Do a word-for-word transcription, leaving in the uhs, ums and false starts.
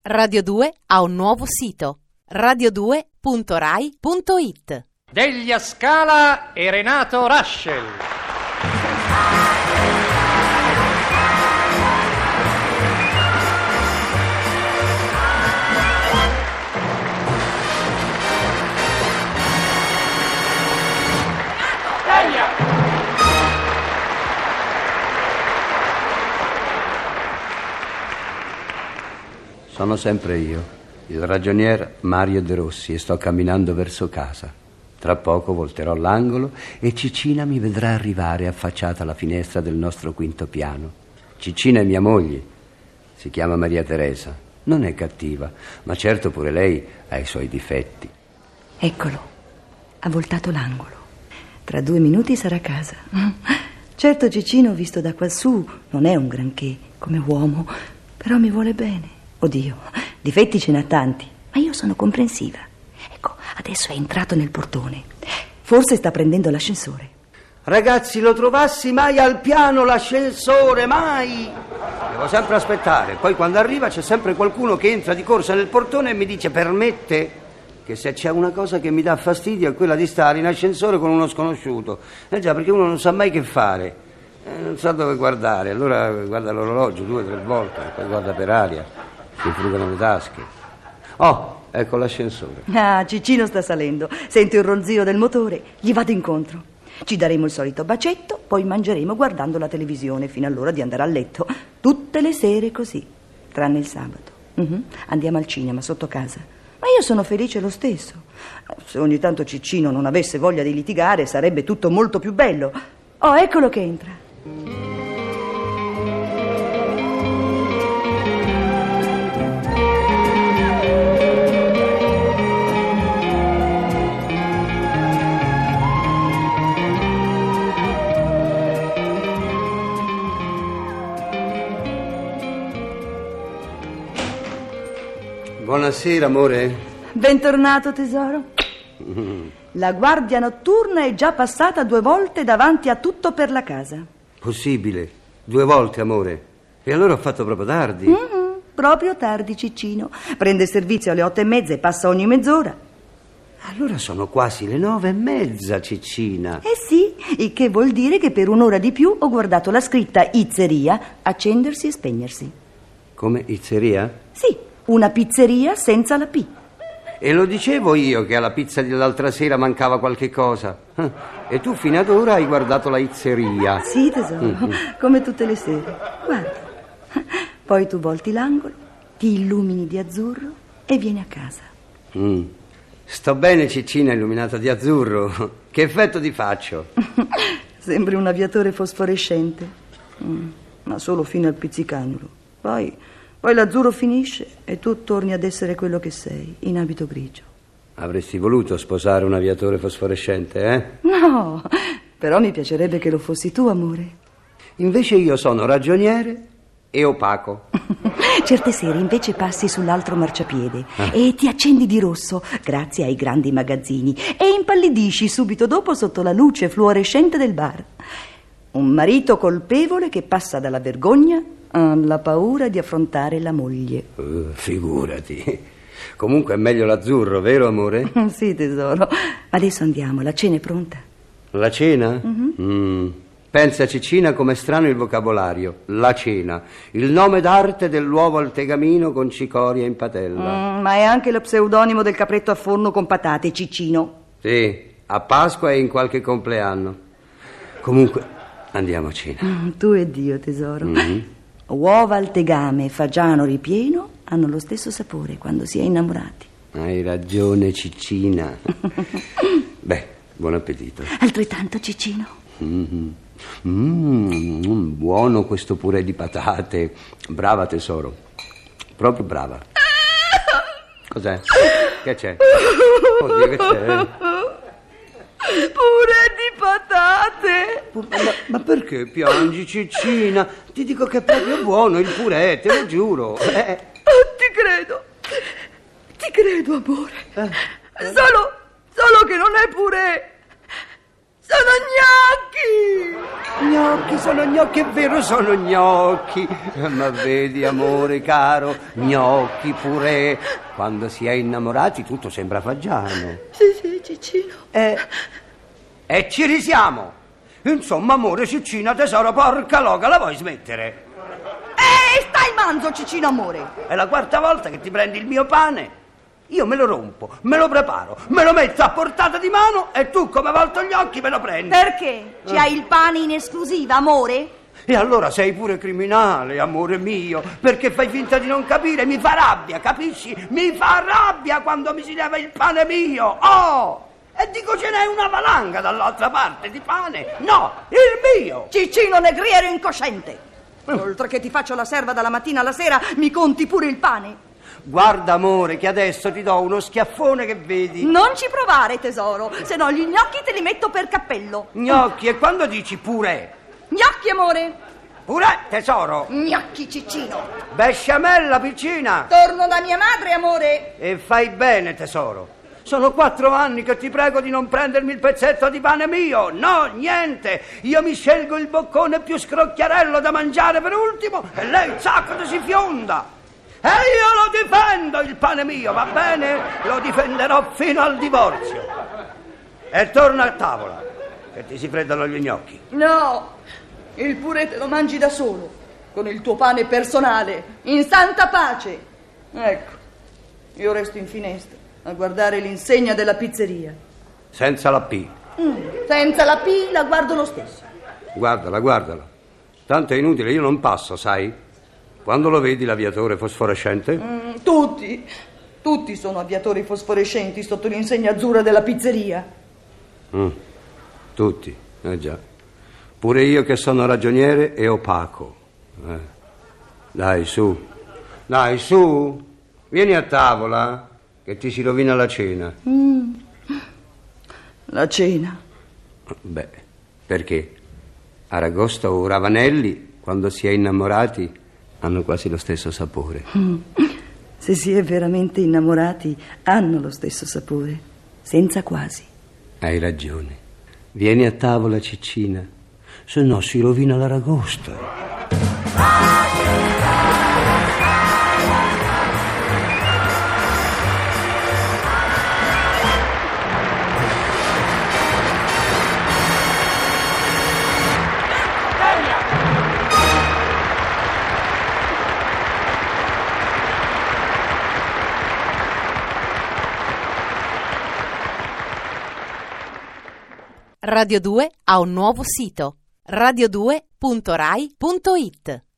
Radio due ha un nuovo sito: radio due punto rai punto it. Deglia Scala e Renato Raschel. Sono sempre io, il ragionier Mario De Rossi, e sto camminando verso casa. Tra poco volterò l'angolo e Ciccina mi vedrà arrivare affacciata alla finestra del nostro quinto piano. Ciccina è mia moglie, si chiama Maria Teresa. Non è cattiva, ma certo pure lei ha i suoi difetti. Eccolo, ha voltato l'angolo. Tra due minuti sarà a casa. Certo, Ciccino, visto da quassù, non è un granché come uomo, però mi vuole bene. Oddio, difetti ce n'ha tanti, ma io sono comprensiva. Ecco, adesso è entrato nel portone. Forse sta prendendo l'ascensore. Ragazzi, lo trovassi mai al piano l'ascensore, mai! Devo sempre aspettare. Poi quando arriva c'è sempre qualcuno che entra di corsa nel portone e mi dice: permette? Che se c'è una cosa che mi dà fastidio è quella di stare in ascensore con uno sconosciuto. Eh già, perché uno non sa mai che fare, eh, non sa dove guardare. Allora guarda l'orologio due o tre volte, poi guarda per aria. Si frugano le tasche. Oh, ecco l'ascensore. Ah, Ciccino sta salendo. Sento il ronzio del motore. Gli vado incontro. Ci daremo il solito bacetto, poi mangeremo guardando la televisione fino all'ora di andare a letto. Tutte le sere così, tranne il sabato. Uh-huh. Andiamo al cinema sotto casa. Ma io sono felice lo stesso. Se ogni tanto Ciccino non avesse voglia di litigare, sarebbe tutto molto più bello. Oh, eccolo che entra. Buonasera, amore. Bentornato, tesoro. La guardia notturna è già passata due volte davanti a tutto per la casa. Possibile? Due volte, amore? E allora ho fatto proprio tardi. Mm-hmm, proprio tardi, Ciccino. Prende servizio alle otto e mezza e passa ogni mezz'ora. Allora sono quasi le nove e mezza, Ciccina. Eh sì, il che vuol dire che per un'ora di più ho guardato la scritta izzeria accendersi e spegnersi. Come izzeria? Sì. Una pizzeria senza la P. E lo dicevo io che alla pizza dell'altra sera mancava qualche cosa. E tu fino ad ora hai guardato la izzeria. Sì, tesoro, mm-hmm. Come tutte le sere. Guarda. Poi tu volti l'angolo, ti illumini di azzurro e vieni a casa. Mm. Sto bene, Ciccina, illuminata di azzurro. Che effetto ti faccio? Sembri un aviatore fosforescente. Mm. Ma solo fino al pizzicagnolo. Poi... Poi l'azzurro finisce e tu torni ad essere quello che sei, in abito grigio. Avresti voluto sposare un aviatore fosforescente, eh? No, però mi piacerebbe che lo fossi tu, amore. Invece io sono ragioniere e opaco. Certe sere invece passi sull'altro marciapiede ah. e ti accendi di rosso, grazie ai grandi magazzini, e impallidisci subito dopo sotto la luce fluorescente del bar. Un marito colpevole che passa dalla vergogna alla paura di affrontare la moglie. Uh, figurati. Comunque è meglio l'azzurro, vero, amore? Sì, tesoro. Adesso andiamo, la cena è pronta. La cena? Uh-huh. Mm. Pensa, Ciccina, com'è strano il vocabolario. La cena, il nome d'arte dell'uovo al tegamino con cicoria in patella. Mm, ma è anche lo pseudonimo del capretto a forno con patate, Ciccino. Sì, a Pasqua e in qualche compleanno. Comunque, andiamo a cena. Mm, tu e Dio, tesoro. Mm-hmm. Uova al tegame e fagiano ripieno hanno lo stesso sapore quando si è innamorati. Hai ragione, Ciccina. Beh, buon appetito. Altrettanto, Ciccino. Mm-hmm. Mm, buono questo purè di patate. Brava, tesoro. Proprio brava. Cos'è? Che c'è? Oddio, che c'è? Purè di patate. Ma, ma perché piangi, Ciccina? Ti dico che è proprio buono il purè, te lo giuro. Eh. Ti credo. Ti credo, amore. Eh. Eh. Solo, solo che non è purè. Sono gnocchi. Gnocchi, sono gnocchi, è vero, sono gnocchi. Ma vedi, amore caro, gnocchi, purè. Quando si è innamorati tutto sembra fagiano. Sì, sì, Ciccino. Eh, e ci risiamo. Insomma, amore, Ciccina, tesoro, porca loca, la vuoi smettere? Ehi, stai manzo, Ciccino, amore. È la quarta volta che ti prendi il mio pane. Io me lo rompo, me lo preparo, me lo metto a portata di mano e tu, come volto gli occhi, me lo prendi. Perché? Ci hai il pane in esclusiva, amore? E allora sei pure criminale, amore mio, perché fai finta di non capire, mi fa rabbia, capisci? Mi fa rabbia quando mi si leva il pane mio. Oh! E dico, ce n'è una valanga dall'altra parte di pane. No, il mio. Ciccino negriero incosciente. Oltre che ti faccio la serva dalla mattina alla sera, mi conti pure il pane. Guarda, amore, che adesso ti do uno schiaffone che vedi. Non ci provare, tesoro, se no gli gnocchi te li metto per cappello. Gnocchi, e quando dici purè? Gnocchi, amore. Purè, tesoro. Gnocchi, Ciccino. Besciamella, piccina. Torno da mia madre, amore. E fai bene, tesoro. Sono quattro anni che ti prego di non prendermi il pezzetto di pane mio. No, niente. Io mi scelgo il boccone più scrocchiarello da mangiare per ultimo e lei, zacco, si fionda. E io lo difendo il pane mio, va bene? Lo difenderò fino al divorzio. E torna a tavola, che ti si freddano gli gnocchi. No, il purè te lo mangi da solo, con il tuo pane personale, in santa pace. Ecco, io resto in finestra a guardare l'insegna della pizzeria. Senza la P. Mm, senza la P la guardo lo stesso. Guardala, guardala. Tanto è inutile, io non passo, sai? Quando lo vedi l'aviatore fosforescente? Mm, tutti, tutti sono aviatori fosforescenti sotto l'insegna azzurra della pizzeria. Mm, tutti, eh già. Pure io che sono ragioniere e opaco. Eh. Dai, su. Dai, su. Vieni a tavola, che ti si rovina la cena. Mm. La cena? Beh, perché? Aragosta o Ravanelli, quando si è innamorati, hanno quasi lo stesso sapore. Mm. Se si è veramente innamorati, hanno lo stesso sapore, senza quasi. Hai ragione. Vieni a tavola, Ciccina, se no si rovina l'aragosta. Radio due ha un nuovo sito, radio due punto rai punto it.